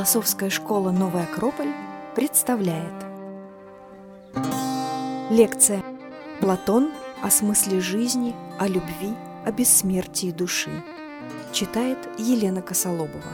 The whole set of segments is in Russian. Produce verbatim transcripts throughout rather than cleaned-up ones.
Философская школа «Новый Акрополь» представляет лекция «Платон о смысле жизни, о любви, о бессмертии души». Читает Елена Косолобова.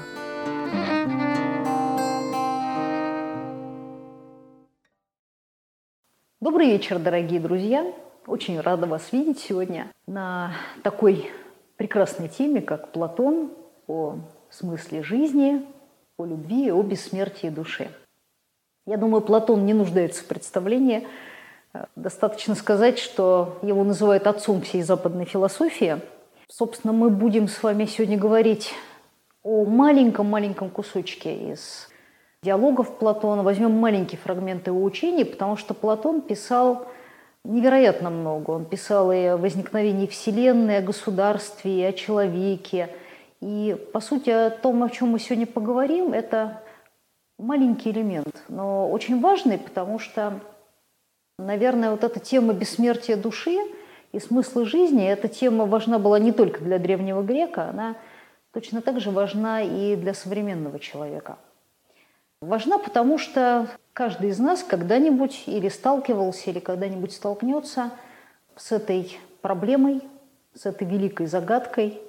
Добрый вечер, дорогие друзья! Очень рада вас видеть сегодня на такой прекрасной теме, как Платон о смысле жизни, о любви, о бессмертии души. Я думаю, Платон не нуждается в представлении. Достаточно сказать, что его называют отцом всей западной философии. Собственно, мы будем с вами сегодня говорить о маленьком-маленьком кусочке из диалогов Платона. Возьмем маленькие фрагменты его учений, потому что Платон писал невероятно много. Он писал и о возникновении Вселенной, о государстве, и о человеке. И, по сути, о том, о чем мы сегодня поговорим, это маленький элемент, но очень важный, потому что, наверное, вот эта тема бессмертия души и смысла жизни, эта тема важна была не только для древнего грека, она точно так же важна и для современного человека. Важна, потому что каждый из нас когда-нибудь или сталкивался, или когда-нибудь столкнется с этой проблемой, с этой великой загадкой.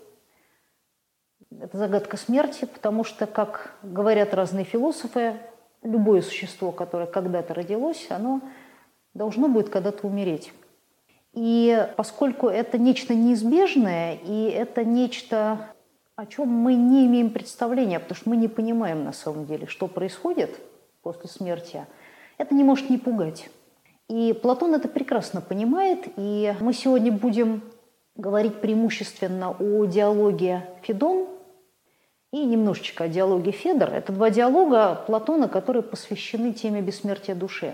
Это загадка смерти, потому что, как говорят разные философы, любое существо, которое когда-то родилось, оно должно будет когда-то умереть. И поскольку это нечто неизбежное, и это нечто, о чем мы не имеем представления, потому что мы не понимаем на самом деле, что происходит после смерти, это не может не пугать. И Платон это прекрасно понимает, и мы сегодня будем говорить преимущественно о диалоге Федон и немножечко о диалоге Федор. Это два диалога Платона, которые посвящены теме бессмертия души.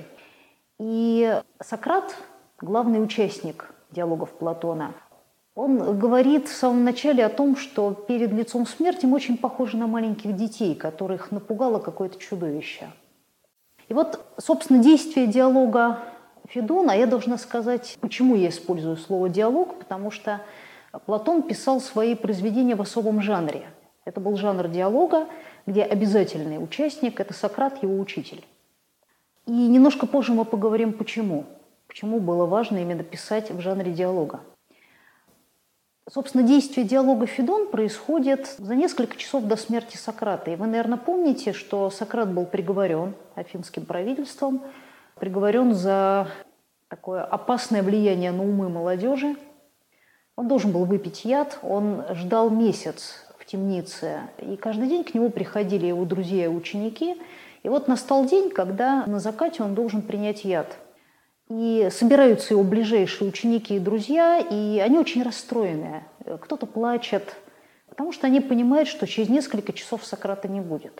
И Сократ, главный участник диалогов Платона, он говорит в самом начале о том, что перед лицом смерти мы очень похожи на маленьких детей, которых напугало какое-то чудовище. И вот, собственно, действие диалога Федона, я должна сказать, почему я использую слово «диалог», потому что Платон писал свои произведения в особом жанре. Это был жанр диалога, где обязательный участник – это Сократ, его учитель. И немножко позже мы поговорим, почему. Почему было важно именно писать в жанре диалога. Собственно, действие диалога Федон происходит за несколько часов до смерти Сократа. И вы, наверное, помните, что Сократ был приговорен афинским правительством, приговорен за такое опасное влияние на умы молодежи. Он должен был выпить яд, он ждал месяц в темнице, и каждый день к нему приходили его друзья и ученики. И вот настал день, когда на закате он должен принять яд. И собираются его ближайшие ученики и друзья, и они очень расстроены. Кто-то плачет, потому что они понимают, что через несколько часов Сократа не будет.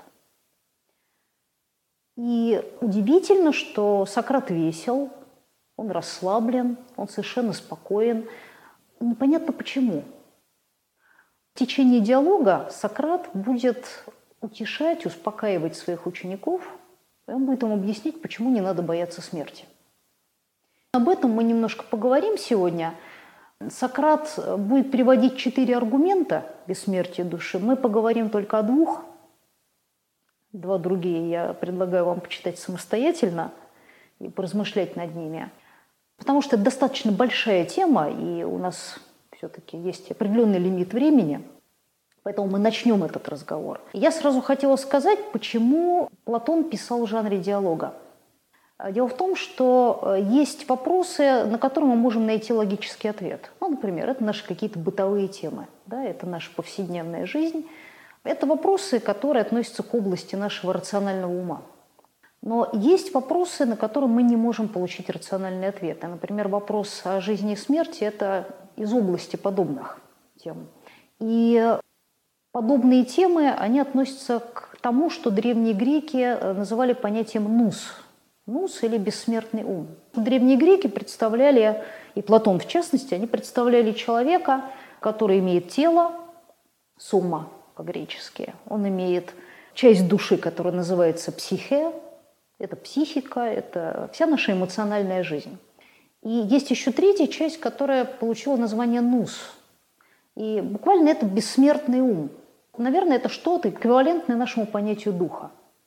И удивительно, что Сократ весел, он расслаблен, он совершенно спокоен. Непонятно почему. В течение диалога Сократ будет утешать, успокаивать своих учеников, и он будет им объяснять, почему не надо бояться смерти. Об этом мы немножко поговорим сегодня. Сократ будет приводить четыре аргумента бессмертия души. Мы поговорим только о двух. Два другие я предлагаю вам почитать самостоятельно и поразмышлять над ними. Потому что это достаточно большая тема, и у нас все-таки есть определенный лимит времени. Поэтому мы начнем этот разговор. Я сразу хотела сказать, почему Платон писал в жанре диалога. Дело в том, что есть вопросы, на которые мы можем найти логический ответ. Ну, например, это наши какие-то бытовые темы, да, это наша повседневная жизнь. Это вопросы, которые относятся к области нашего рационального ума. Но есть вопросы, на которые мы не можем получить рациональные ответы. Например, вопрос о жизни и смерти – это из области подобных тем. И подобные темы, они относятся к тому, что древние греки называли понятием «нус». Нус или бессмертный ум. Древние греки представляли, и Платон в частности, они представляли человека, который имеет тело, сумма по-гречески. Он имеет часть души, которая называется психе, это психика, это вся наша эмоциональная жизнь. И есть еще третья часть, которая получила название нус. И буквально это бессмертный ум. Наверное, это что-то эквивалентное нашему понятию духа.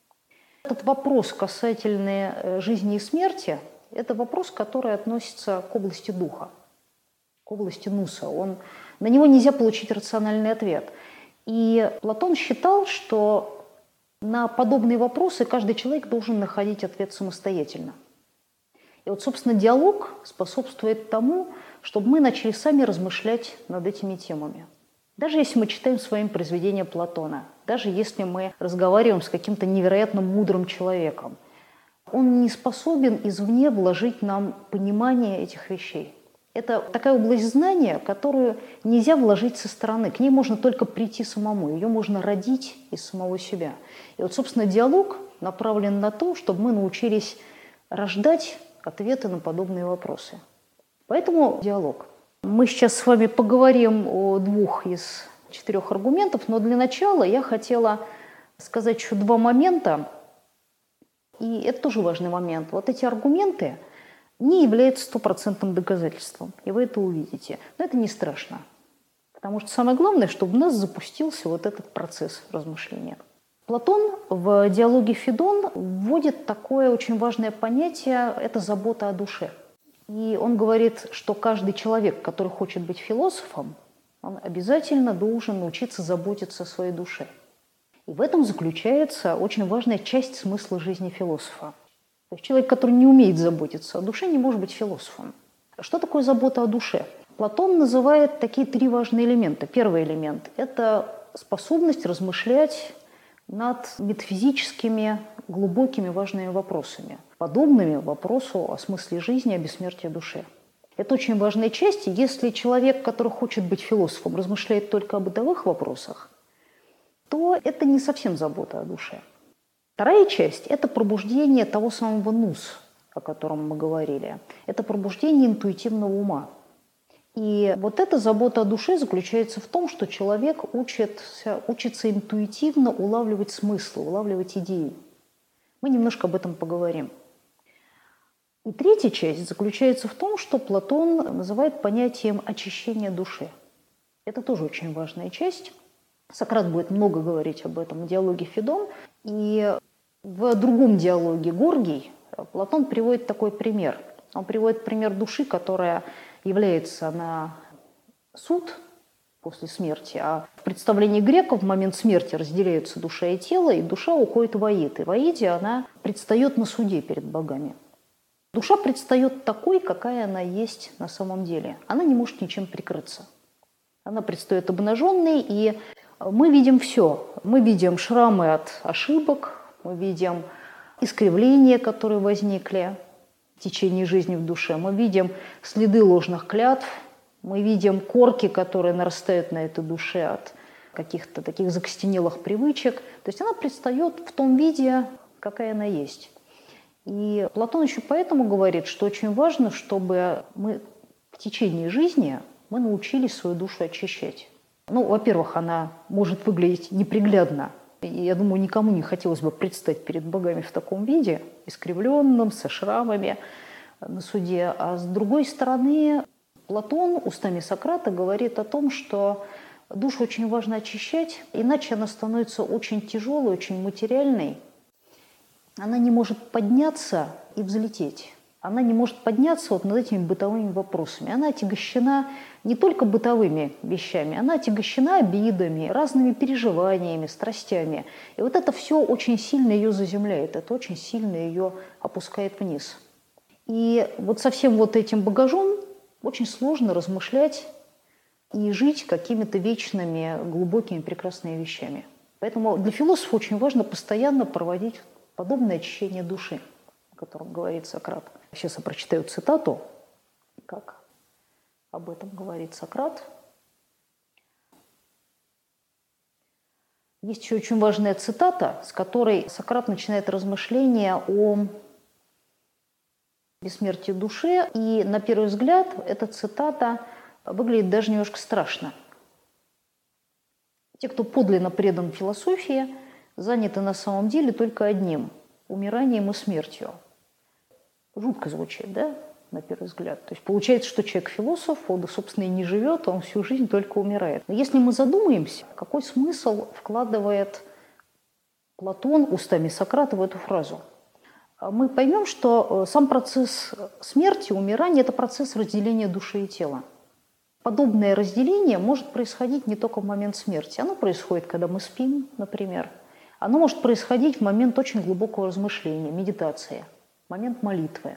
Этот вопрос касательный жизни и смерти – это вопрос, который относится к области духа, к области нуса. Он, на него нельзя получить рациональный ответ. И Платон считал, что на подобные вопросы каждый человек должен находить ответ самостоятельно. И вот, собственно, диалог способствует тому, чтобы мы начали сами размышлять над этими темами. Даже если мы читаем с вами произведения Платона, даже если мы разговариваем с каким-то невероятно мудрым человеком, он не способен извне вложить нам понимание этих вещей. Это такая область знания, которую нельзя вложить со стороны. К ней можно только прийти самому, ее можно родить из самого себя. И вот, собственно, диалог направлен на то, чтобы мы научились рождать ответы на подобные вопросы. Поэтому диалог. Мы сейчас с вами поговорим о двух из четырех аргументов, но для начала я хотела сказать еще два момента, и это тоже важный момент. Вот эти аргументы не являются стопроцентным доказательством, и вы это увидите. Но это не страшно, потому что самое главное, чтобы у нас запустился вот этот процесс размышления. Платон в диалоге «Федон» вводит такое очень важное понятие – это забота о душе. И он говорит, что каждый человек, который хочет быть философом, он обязательно должен научиться заботиться о своей душе. И в этом заключается очень важная часть смысла жизни философа. То есть человек, который не умеет заботиться о душе, не может быть философом. Что такое забота о душе? Платон называет такие три важные элемента. Первый элемент – это способность размышлять над метафизическими, глубокими, важными вопросами, подобными вопросу о смысле жизни, о бессмертии души. Это очень важная часть, и если человек, который хочет быть философом, размышляет только о бытовых вопросах, то это не совсем забота о душе. Вторая часть – это пробуждение того самого нус, о котором мы говорили. Это пробуждение интуитивного ума. И вот эта забота о душе заключается в том, что человек учится, учится интуитивно улавливать смыслы, улавливать идеи. Мы немножко об этом поговорим. И третья часть заключается в том, что Платон называет понятием очищения души. Это тоже очень важная часть. Сократ будет много говорить об этом в диалоге «Федон». И в другом диалоге «Горгий» Платон приводит такой пример. Он приводит пример души, которая является на суд после смерти, а в представлении греков в момент смерти разделяются душа и тело, и душа уходит в Аид. И в Аиде она предстает на суде перед богами. Душа предстает такой, какая она есть на самом деле. Она не может ничем прикрыться. Она предстает обнаженной, и мы видим все. Мы видим шрамы от ошибок, мы видим искривления, которые возникли в течение жизни в душе. Мы видим следы ложных клятв, мы видим корки, которые нарастают на этой душе от каких-то таких закостенелых привычек. То есть она предстает в том виде, какая она есть. И Платон еще поэтому говорит, что очень важно, чтобы мы в течение жизни мы научились свою душу очищать. Ну, во-первых, она может выглядеть неприглядно. И я думаю, никому не хотелось бы предстать перед богами в таком виде, искривленном, со шрамами на суде. А с другой стороны, Платон устами Сократа говорит о том, что душу очень важно очищать, иначе она становится очень тяжелой, очень материальной. Она не может подняться и взлететь. Она не может подняться вот над этими бытовыми вопросами. Она отягощена не только бытовыми вещами, она отягощена обидами, разными переживаниями, страстями. И вот это все очень сильно ее заземляет, это очень сильно ее опускает вниз. И вот со всем вот этим багажом очень сложно размышлять и жить какими-то вечными, глубокими, прекрасными вещами. Поэтому для философа очень важно постоянно проводить подобное очищение души, о котором говорит Сократ. Сейчас я прочитаю цитату, как об этом говорит Сократ. Есть еще очень важная цитата, с которой Сократ начинает размышления о бессмертии души. И на первый взгляд эта цитата выглядит даже немножко страшно. Те, кто подлинно предан философии, заняты на самом деле только одним – умиранием и смертью. Жутко звучит, да, на первый взгляд. То есть получается, что человек философ, он, собственно, и не живет, он всю жизнь только умирает. Но если мы задумаемся, какой смысл вкладывает Платон устами Сократа в эту фразу, мы поймем, что сам процесс смерти, умирания – это процесс разделения души и тела. Подобное разделение может происходить не только в момент смерти. Оно происходит, когда мы спим, например. Оно может происходить в момент очень глубокого размышления, медитации, в момент молитвы.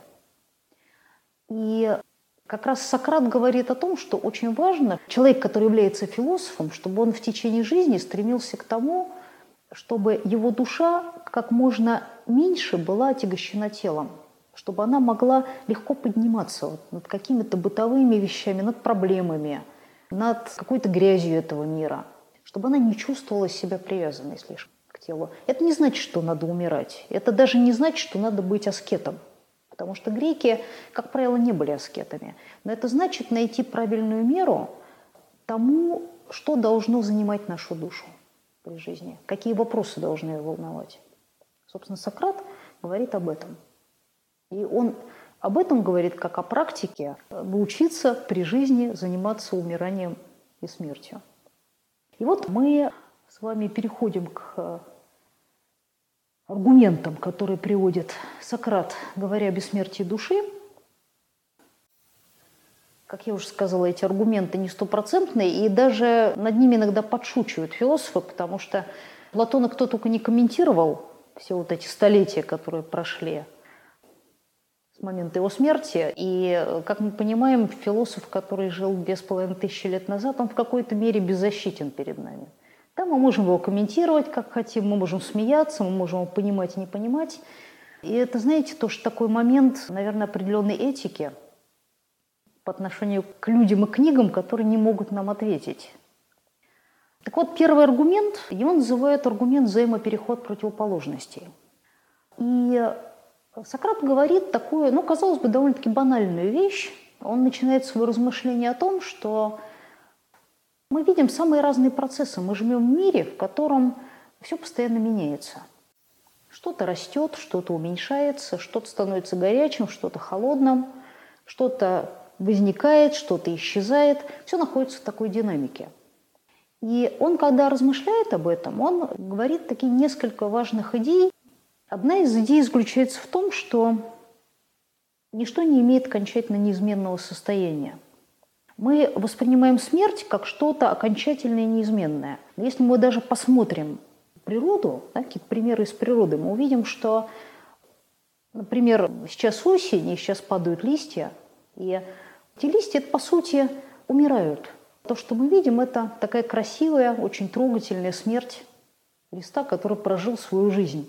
И как раз Сократ говорит о том, что очень важно, человек, который является философом, чтобы он в течение жизни стремился к тому, чтобы его душа как можно меньше была отягощена телом, чтобы она могла легко подниматься вот над какими-то бытовыми вещами, над проблемами, над какой-то грязью этого мира, чтобы она не чувствовала себя привязанной слишком к телу. Это не значит, что надо умирать. Это даже не значит, что надо быть аскетом. Потому что греки, как правило, не были аскетами. Но это значит найти правильную меру тому, что должно занимать нашу душу при жизни, какие вопросы должны ее волновать. Собственно, Сократ говорит об этом. И он об этом говорит как о практике научиться при жизни заниматься умиранием и смертью. И вот мы с вами переходим к аргументам, которые приводит Сократ, говоря о бессмертии души. Как я уже сказала, эти аргументы не стопроцентные, и даже над ними иногда подшучивают философы, потому что Платона кто только не комментировал все вот эти столетия, которые прошли с момента его смерти. И, как мы понимаем, философ, который жил две с половиной тысячи лет назад, он в какой-то мере беззащитен перед нами. Да, мы можем его комментировать, как хотим, мы можем смеяться, мы можем его понимать и не понимать. И это, знаете, тоже такой момент, наверное, определенной этики по отношению к людям и книгам, которые не могут нам ответить. Так вот, первый аргумент, его называют аргумент взаимопереход противоположностей. И Сократ говорит такую, ну, казалось бы, довольно-таки банальную вещь. Он начинает свое размышление о том, что мы видим самые разные процессы. Мы живем в мире, в котором все постоянно меняется. Что-то растет, что-то уменьшается, что-то становится горячим, что-то холодным, что-то возникает, что-то исчезает. Все находится в такой динамике. И он, когда размышляет об этом, он говорит такие несколько важных идей. Одна из идей заключается в том, что ничто не имеет окончательно неизменного состояния. Мы воспринимаем смерть как что-то окончательное и неизменное. Но если мы даже посмотрим природу, да, какие-то примеры из природы, мы увидим, что, например, сейчас осень, и сейчас падают листья, и эти листья, это, по сути, умирают. То, что мы видим, это такая красивая, очень трогательная смерть листа, который прожил свою жизнь.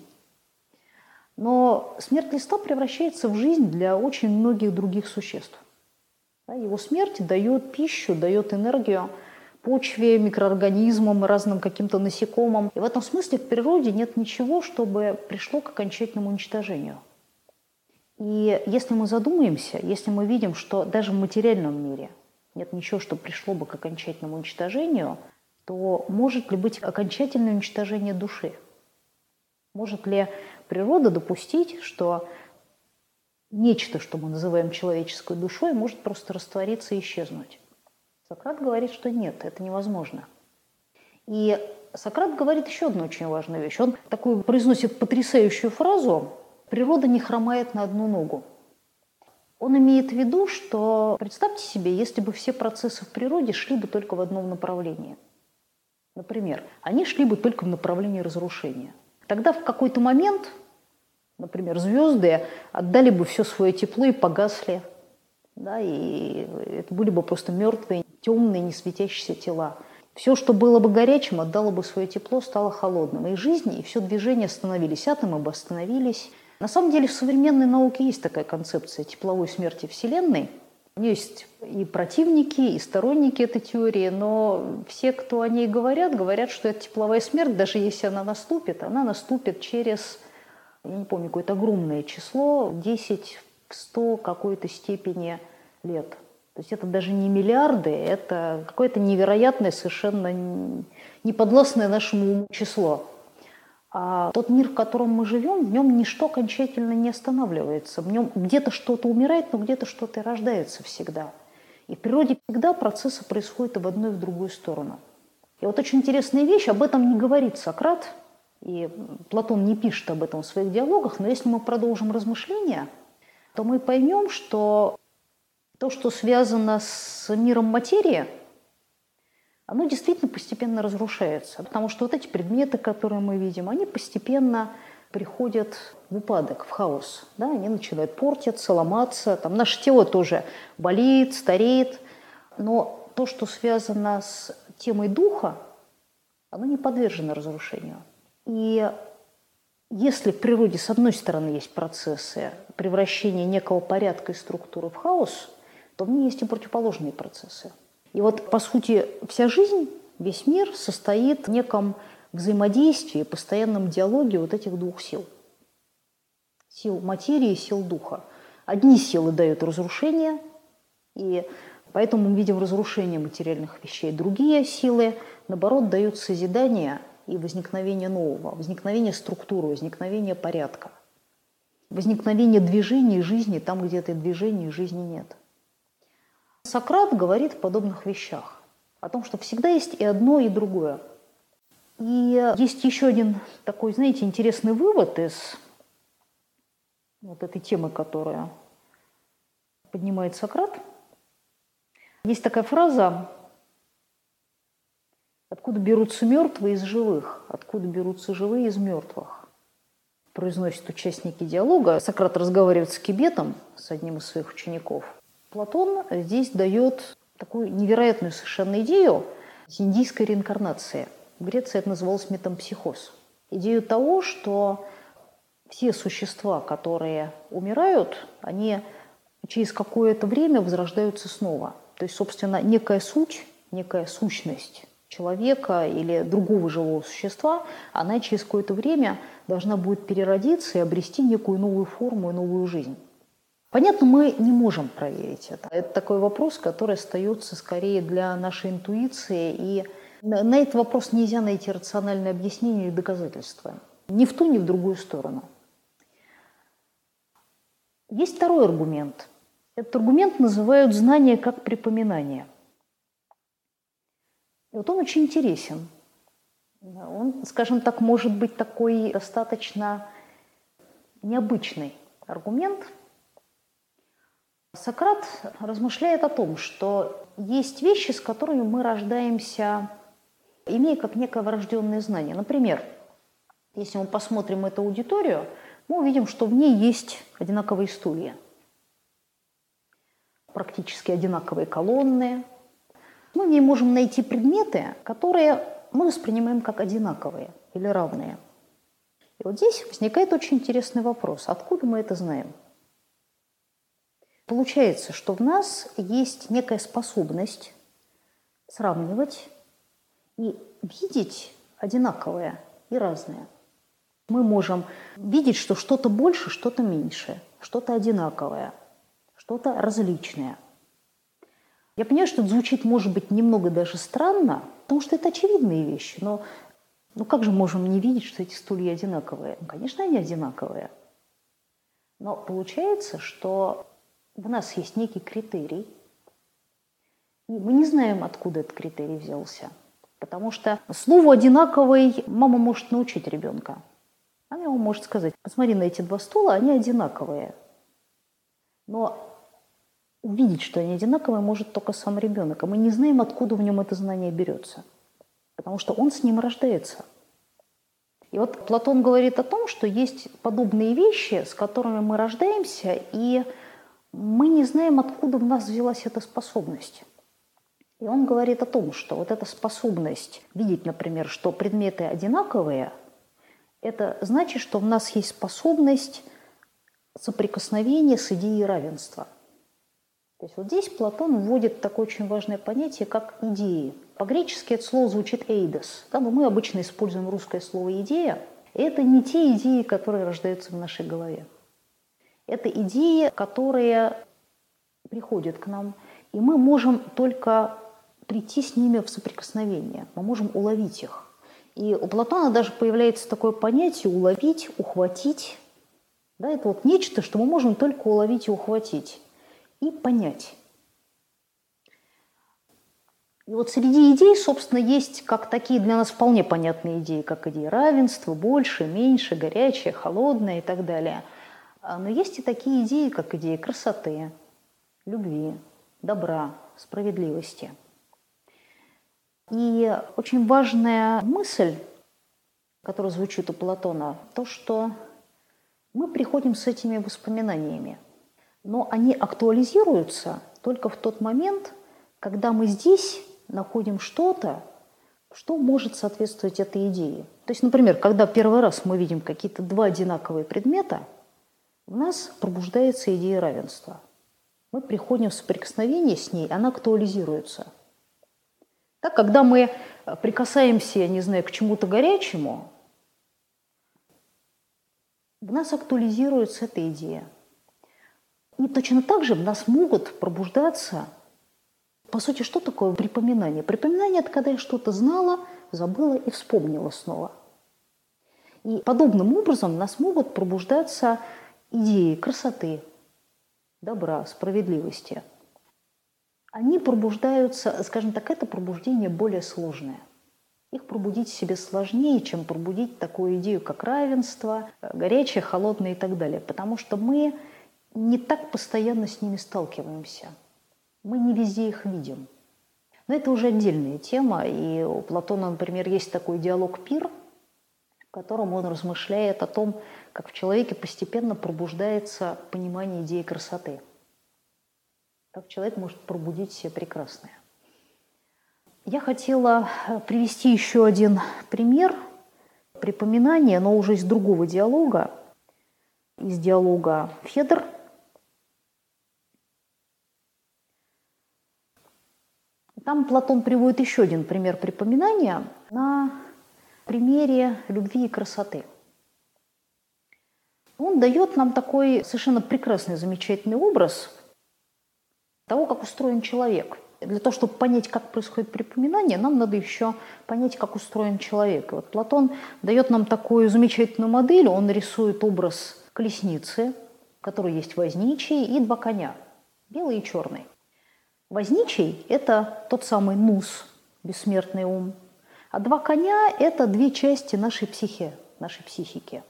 Но смерть листа превращается в жизнь для очень многих других существ. Его смерть дает пищу, дает энергию почве, микроорганизмам, разным каким-то насекомым. И в этом смысле в природе нет ничего, чтобы пришло к окончательному уничтожению. И если мы задумаемся, если мы видим, что даже в материальном мире нет ничего, что пришло бы к окончательному уничтожению, то может ли быть окончательное уничтожение души? Может ли природа допустить, что нечто, что мы называем человеческой душой, может просто раствориться и исчезнуть? Сократ говорит, что нет, это невозможно. И Сократ говорит еще одну очень важную вещь. Он такую произносит потрясающую фразу: «Природа не хромает на одну ногу». Он имеет в виду, что представьте себе, если бы все процессы в природе шли бы только в одном направлении. Например, они шли бы только в направлении разрушения. Тогда в какой-то момент, например, звезды отдали бы все свое тепло и погасли. Да, и это были бы просто мертвые, темные, не светящиеся тела. Все, что было бы горячим, отдало бы свое тепло, стало холодным. И жизнь, и все движение остановились, атомы бы остановились. На самом деле в современной науке есть такая концепция тепловой смерти Вселенной. У нее есть и противники, и сторонники этой теории, но все, кто о ней говорят, говорят, что эта тепловая смерть, даже если она наступит, она наступит через, я не помню, какое-то огромное число, десять в сто какой-то степени лет. То есть это даже не миллиарды, это какое-то невероятное, совершенно неподвластное нашему уму число. А тот мир, в котором мы живем, в нем ничто окончательно не останавливается. В нем где-то что-то умирает, но где-то что-то и рождается всегда. И в природе всегда процессы происходят и в одну, и в другую сторону. И вот очень интересная вещь, об этом не говорит Сократ, И Платон не пишет об этом в своих диалогах, но если мы продолжим размышления, то мы поймем, что то, что связано с миром материи, оно действительно постепенно разрушается. Потому что вот эти предметы, которые мы видим, они постепенно приходят в упадок, в хаос. Да? Они начинают портиться, ломаться. Там наше тело тоже болит, стареет. Но то, что связано с темой духа, оно не подвержено разрушению. И если в природе, с одной стороны, есть процессы превращения некого порядка и структуры в хаос, то в ней есть и противоположные процессы. И вот, по сути, вся жизнь, весь мир состоит в неком взаимодействии, постоянном диалоге вот этих двух сил. Сил материи и сил духа. Одни силы дают разрушение, и поэтому мы видим разрушение материальных вещей. Другие силы, наоборот, дают созидание и возникновение нового, возникновение структуры, возникновение порядка, возникновение движения жизни там, где этой движения и жизни нет. Сократ говорит о подобных вещах, о том, что всегда есть и одно, и другое. И есть еще один такой, знаете, интересный вывод из вот этой темы, которая поднимает Сократ. Есть такая фраза: «Откуда берутся мертвые из живых, откуда берутся живые из мертвых?» Произносят участники диалога. Сократ разговаривает с Кибетом, с одним из своих учеников. Платон здесь дает такую невероятную совершенно идею индийской реинкарнации. В Греции это называлось метампсихоз. Идею того, что все существа, которые умирают, они через какое-то время возрождаются снова. То есть, собственно, некая суть, некая сущность человека или другого живого существа, она через какое-то время должна будет переродиться и обрести некую новую форму и новую жизнь. Понятно, мы не можем проверить это. Это такой вопрос, который остается скорее для нашей интуиции, и на этот вопрос нельзя найти рациональное объяснение или доказательства. Ни в ту, ни в другую сторону. Есть второй аргумент. Этот аргумент называют «знание как припоминание». И вот он очень интересен. Он, скажем так, может быть такой достаточно необычный аргумент. Сократ размышляет о том, что есть вещи, с которыми мы рождаемся, имея как некое врожденное знание. Например, если мы посмотрим эту аудиторию, мы увидим, что в ней есть одинаковые стулья, практически одинаковые колонны. Мы в ней можем найти предметы, которые мы воспринимаем как одинаковые или равные. И вот здесь возникает очень интересный вопрос. Откуда мы это знаем? Получается, что в нас есть некая способность сравнивать и видеть одинаковое и разное. Мы можем видеть, что что-то больше, что-то меньше, что-то одинаковое, что-то различное. Я понимаю, что это звучит, может быть, немного даже странно, потому что это очевидные вещи, но ну как же можем не видеть, что эти стулья одинаковые? Ну, конечно, они одинаковые. Но получается, что в нас есть некий критерий, и мы не знаем, откуда этот критерий взялся. Потому что слову «одинаковый» мама может научить ребенка. Она ему может сказать: посмотри на эти два стула, они одинаковые. Но увидеть, что они одинаковые, может только сам ребенок. А мы не знаем, откуда в нем это знание берется. Потому что он с ним рождается. И вот Платон говорит о том, что есть подобные вещи, с которыми мы рождаемся, и мы не знаем, откуда в нас взялась эта способность. И он говорит о том, что вот эта способность видеть, например, что предметы одинаковые, это значит, что в нас есть способность соприкосновения с идеей равенства. То есть вот здесь Платон вводит такое очень важное понятие, как идеи. По-гречески это слово звучит «эйдос», да, но мы обычно используем русское слово «идея». И это не те идеи, которые рождаются в нашей голове. Это идеи, которые приходят к нам, и мы можем только прийти с ними в соприкосновение, мы можем уловить их. И у Платона даже появляется такое понятие «уловить», «ухватить». Да, это вот нечто, что мы можем только уловить и ухватить, и понять. И вот среди идей, собственно, есть как такие для нас вполне понятные идеи, как идея равенства, больше, меньше, горячее, холодное и так далее. Но есть и такие идеи, как идея красоты, любви, добра, справедливости. И очень важная мысль, которая звучит у Платона, то, что мы приходим с этими воспоминаниями, но они актуализируются только в тот момент, когда мы здесь находим что-то, что может соответствовать этой идее. То есть, например, когда первый раз мы видим какие-то два одинаковые предмета, в нас пробуждается идея равенства. Мы приходим в соприкосновение с ней, она актуализируется. Так, когда мы прикасаемся, я не знаю, к чему-то горячему, в нас актуализируется эта идея. И точно так же в нас могут пробуждаться, по сути, что такое припоминание? Припоминание – это когда я что-то знала, забыла и вспомнила снова. И подобным образом в нас могут пробуждаться идеи красоты, добра, справедливости. Они пробуждаются, скажем так, это пробуждение более сложное. Их пробудить в себе сложнее, чем пробудить такую идею, как равенство, горячее, холодное и так далее. Потому что мы не так постоянно с ними сталкиваемся. Мы не везде их видим. Но это уже отдельная тема. И у Платона, например, есть такой диалог «Пир», в котором он размышляет о том, как в человеке постепенно пробуждается понимание идеи красоты. Как человек может пробудить в себе прекрасное. Я хотела привести еще один пример припоминания, но уже из другого диалога, из диалога «Федор». Там Платон приводит еще один пример припоминания на примере любви и красоты. Он дает нам такой совершенно прекрасный, замечательный образ того, как устроен человек. Для того, чтобы понять, как происходит припоминание, нам надо еще понять, как устроен человек. И вот Платон дает нам такую замечательную модель. Он рисует образ колесницы, в которой есть возничий, и два коня, белый и черный. Возничий – это тот самый нус, бессмертный ум. А два коня – это две части нашей психи, нашей психики.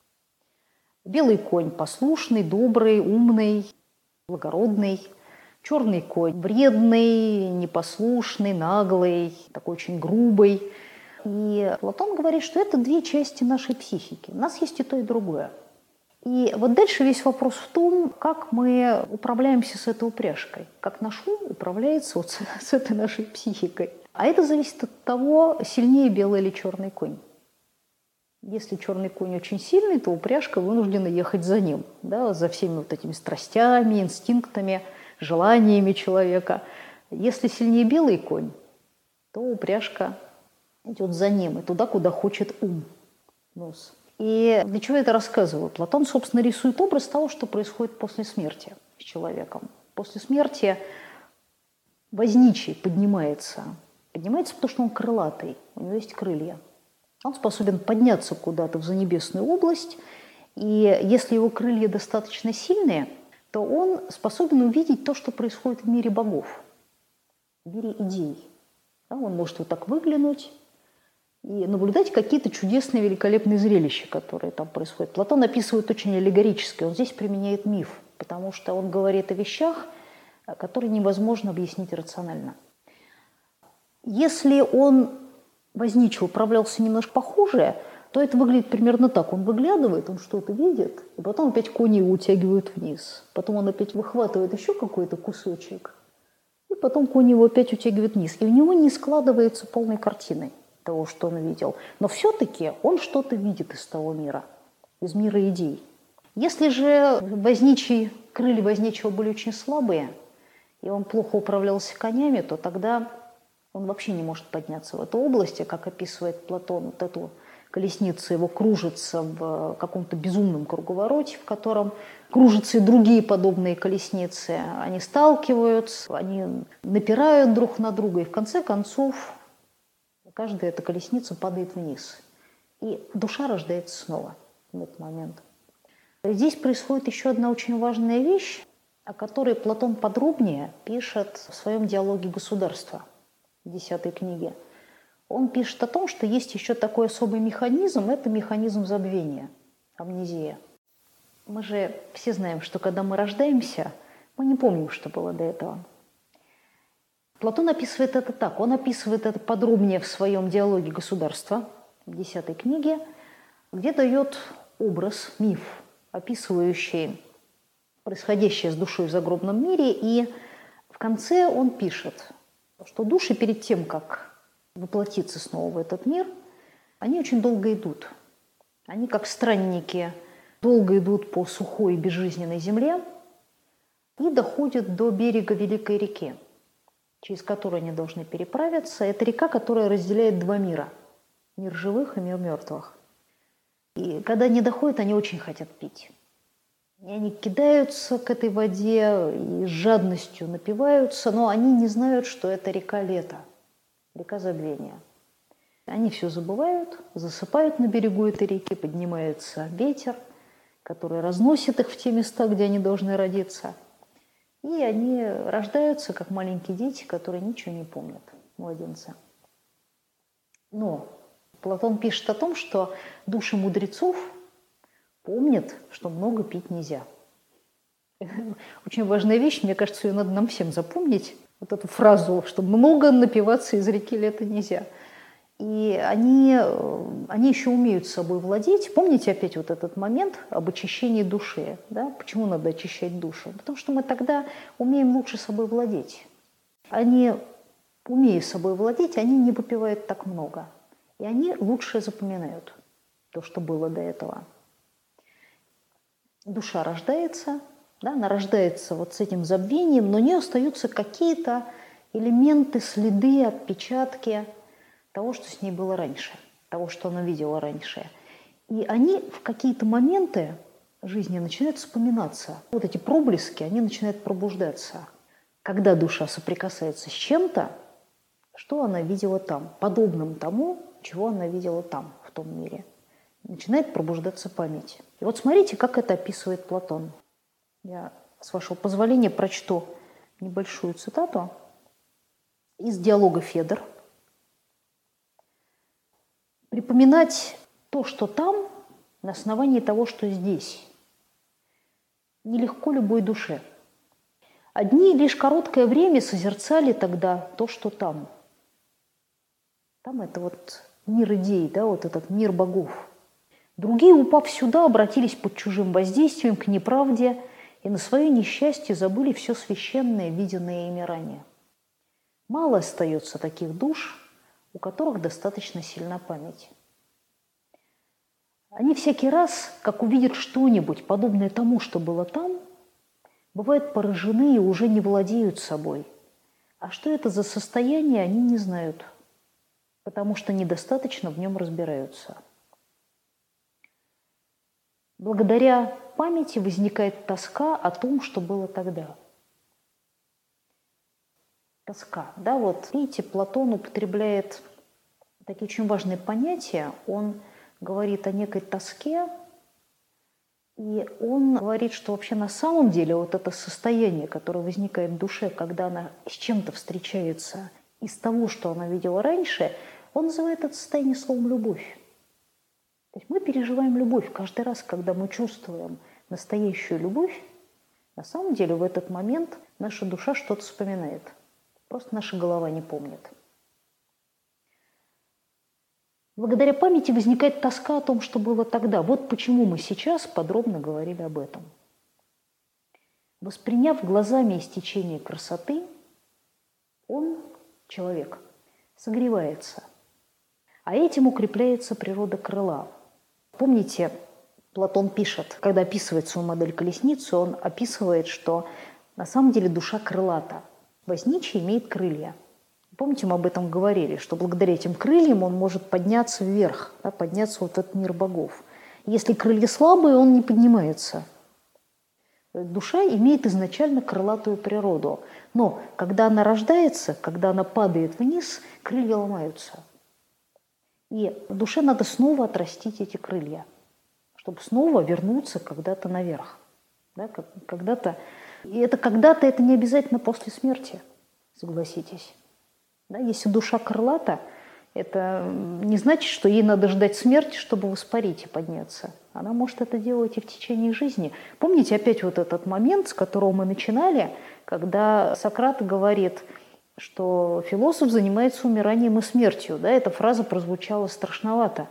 Белый конь – послушный, добрый, умный, благородный. Черный конь – вредный, непослушный, наглый, такой очень грубый. И Платон говорит, что это две части нашей психики. У нас есть и то, и другое. И вот дальше весь вопрос в том, как мы управляемся с этой упряжкой, как наш ум управляется вот с этой нашей психикой. А это зависит от того, сильнее белый или черный конь. Если черный конь очень сильный, то упряжка вынуждена ехать за ним, да, за всеми вот этими страстями, инстинктами, желаниями человека. Если сильнее белый конь, то упряжка идет за ним и туда, куда хочет ум, нос. И для чего я это рассказываю? Платон, собственно, рисует образ того, что происходит после смерти с человеком. После смерти возничий поднимается. Поднимается, потому что он крылатый, у него есть крылья. Он способен подняться куда-то в занебесную область, и если его крылья достаточно сильные, то он способен увидеть то, что происходит в мире богов, в мире идей. Да, он может вот так выглянуть и наблюдать какие-то чудесные, великолепные зрелища, которые там происходят. Платон описывает очень аллегорически, он здесь применяет миф, потому что он говорит о вещах, которые невозможно объяснить рационально. Если он, возничий, управлялся немножко похуже, то это выглядит примерно так. Он выглядывает, он что-то видит, и потом опять кони его утягивают вниз. Потом он опять выхватывает еще какой-то кусочек, и потом кони его опять утягивают вниз. И у него не складывается полной картины того, что он видел. Но все-таки он что-то видит из того мира, из мира идей. Если же возничий, крылья возничего были очень слабые, и он плохо управлялся конями, то тогда он вообще не может подняться в эту область, как описывает Платон, вот эту колесницу его кружится в каком-то безумном круговороте, в котором кружатся и другие подобные колесницы. Они сталкиваются, они напирают друг на друга, и в конце концов каждая эта колесница падает вниз. И душа рождается снова в этот момент. Здесь происходит еще одна очень важная вещь, о которой Платон подробнее пишет в своем диалоге «Государство». в десятой книге, он пишет о том, что есть еще такой особый механизм – это механизм забвения, амнезия. Мы же все знаем, что когда мы рождаемся, мы не помним, что было до этого. Платон описывает это так. Он описывает это подробнее в своем диалоге государства в десятой книге, где дает образ, миф, описывающий происходящее с душой в загробном мире. И в конце он пишет, что души перед тем, как воплотиться снова в этот мир, они очень долго идут. Они, как странники, долго идут по сухой безжизненной земле и доходят до берега Великой реки, через которую они должны переправиться. Это река, которая разделяет два мира – мир живых и мир мертвых. И когда они доходят, они очень хотят пить. И они кидаются к этой воде и с жадностью напиваются, но они не знают, что это река лета, река забвения. Они все забывают, засыпают на берегу этой реки, поднимается ветер, который разносит их в те места, где они должны родиться. И они рождаются, как маленькие дети, которые ничего не помнят, младенцы. Но Платон пишет о том, что души мудрецов помнят, что много пить нельзя. Очень важная вещь, мне кажется, ее надо нам всем запомнить. Вот эту фразу, что много напиваться из реки лета нельзя. И они, они еще умеют собой владеть. Помните опять вот этот момент об очищении души? Да? Почему надо очищать душу? Потому что мы тогда умеем лучше собой владеть. Они, умея собой владеть, они не выпивают так много. И они лучше запоминают то, что было до этого. Душа рождается, да, она рождается вот с этим забвением, но у нее остаются какие-то элементы, следы, отпечатки того, что с ней было раньше, того, что она видела раньше. И они в какие-то моменты жизни начинают вспоминаться. Вот эти проблески, они начинают пробуждаться. Когда душа соприкасается с чем-то, что она видела там, подобным тому, чего она видела там, в том мире. Начинает пробуждаться память. И вот смотрите, как это описывает Платон. Я, с вашего позволения, прочту небольшую цитату из диалога «Федор». Припоминать то, что там, на основании того, что здесь, нелегко любой душе. Одни лишь короткое время созерцали тогда то, что там. Там это вот мир идей, да, вот этот мир богов. Другие, упав сюда, обратились под чужим воздействием к неправде и на свое несчастье забыли все священное, виденное ими ранее. Мало остается таких душ, у которых достаточно сильна память. Они всякий раз, как увидят что-нибудь, подобное тому, что было там, бывают поражены и уже не владеют собой. А что это за состояние, они не знают, потому что недостаточно в нем разбираются. Благодаря памяти возникает тоска о том, что было тогда. Тоска. Да, вот видите, Платон употребляет такие очень важные понятия. Он говорит о некой тоске, и он говорит, что вообще на самом деле вот это состояние, которое возникает в душе, когда она с чем-то встречается из того, что она видела раньше, он называет это состояние словом «любовь». То есть мы переживаем любовь каждый раз, когда мы чувствуем настоящую любовь. На самом деле в этот момент наша душа что-то вспоминает. Просто наша голова не помнит. Благодаря памяти возникает тоска о том, что было тогда. Вот почему мы сейчас подробно говорили об этом. Восприняв глазами истечение красоты, он, человек, согревается. А этим укрепляется природа крыла. Помните, Платон пишет, когда описывает свою модель колесницы, он описывает, что на самом деле душа крылата. Возничий имеет крылья. Помните, мы об этом говорили, что благодаря этим крыльям он может подняться вверх, да, подняться вот в этот мир богов. Если крылья слабые, он не поднимается. Душа имеет изначально крылатую природу. Но когда она рождается, когда она падает вниз, крылья ломаются. И душе надо снова отрастить эти крылья, чтобы снова вернуться когда-то наверх. Да, когда-то. И это когда-то, это не обязательно после смерти, согласитесь. Да, если душа крылата, это не значит, что ей надо ждать смерти, чтобы воспарить и подняться. Она может это делать и в течение жизни. Помните опять вот этот момент, с которого мы начинали, когда Сократ говорит, что философ занимается умиранием и смертью. Да, эта фраза прозвучала страшновато.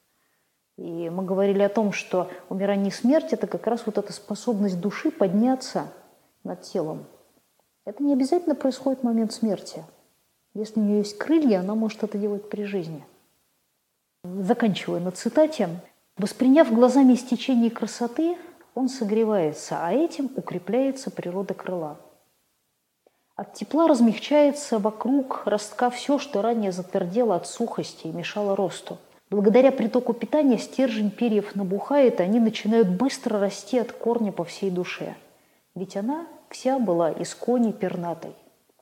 И мы говорили о том, что умирание и смерть – это как раз вот эта способность души подняться над телом. Это не обязательно происходит в момент смерти. Если у нее есть крылья, она может это делать при жизни. Заканчивая на цитате. «Восприняв глазами стечение красоты, он согревается, а этим укрепляется природа крыла. От тепла размягчается вокруг ростка все, что ранее затвердело от сухости и мешало росту. Благодаря притоку питания стержень перьев набухает, и они начинают быстро расти от корня по всей душе. Ведь она вся была из кони пернатой.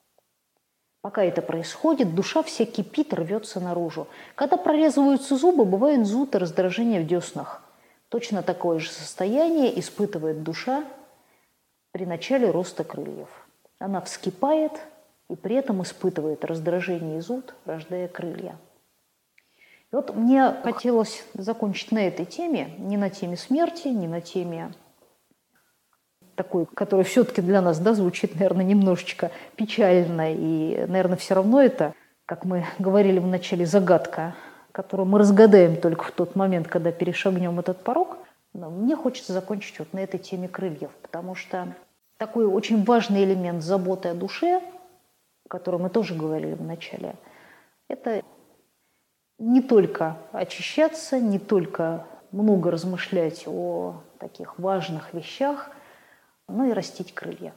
Пока это происходит, душа вся кипит, рвется наружу. Когда прорезываются зубы, бывает зуд и раздражение в деснах. Точно такое же состояние испытывает душа при начале роста крыльев. Она вскипает и при этом испытывает раздражение и зуд, рождая крылья. И вот мне хотелось закончить на этой теме, не на теме смерти, не на теме такой, которая все-таки для нас, да, звучит, наверное, немножечко печально. И, наверное, все равно это, как мы говорили в начале, загадка, которую мы разгадаем только в тот момент, когда перешагнем этот порог. Но мне хочется закончить вот на этой теме крыльев, потому что такой очень важный элемент заботы о душе, о котором мы тоже говорили в начале, это не только очищаться, не только много размышлять о таких важных вещах, но и растить крылья.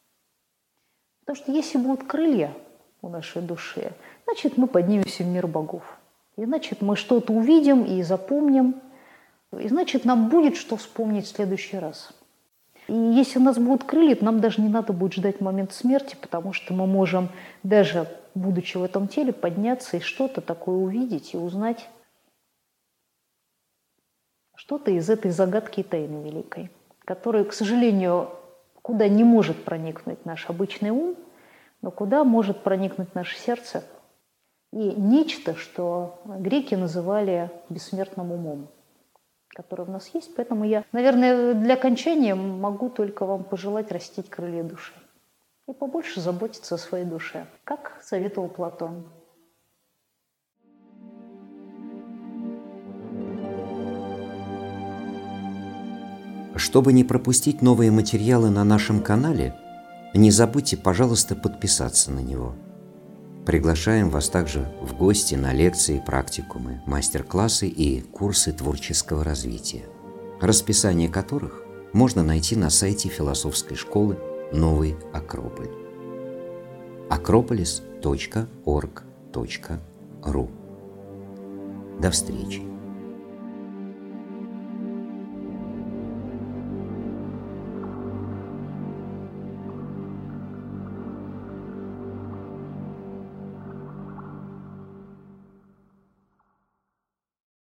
Потому что если будут крылья у нашей души, значит, мы поднимемся в мир богов. И значит, мы что-то увидим и запомним. И значит, нам будет что вспомнить в следующий раз. И если у нас будут крылья, то нам даже не надо будет ждать момент смерти, потому что мы можем, даже будучи в этом теле, подняться и что-то такое увидеть и узнать что-то из этой загадки и тайны великой, которая, к сожалению, куда не может проникнуть наш обычный ум, но куда может проникнуть наше сердце, и нечто, что греки называли бессмертным умом, которое в нас есть. Поэтому я, наверное, для окончания могу только вам пожелать растить крылья души и побольше заботиться о своей душе, как советовал Платон. Чтобы не пропустить новые материалы на нашем канале, не забудьте, пожалуйста, подписаться на него. Приглашаем вас также в гости на лекции, практикумы, мастер-классы и курсы творческого развития, расписание которых можно найти на сайте философской школы «Новый Акрополь» акрополис точка орг точка ру. До встречи!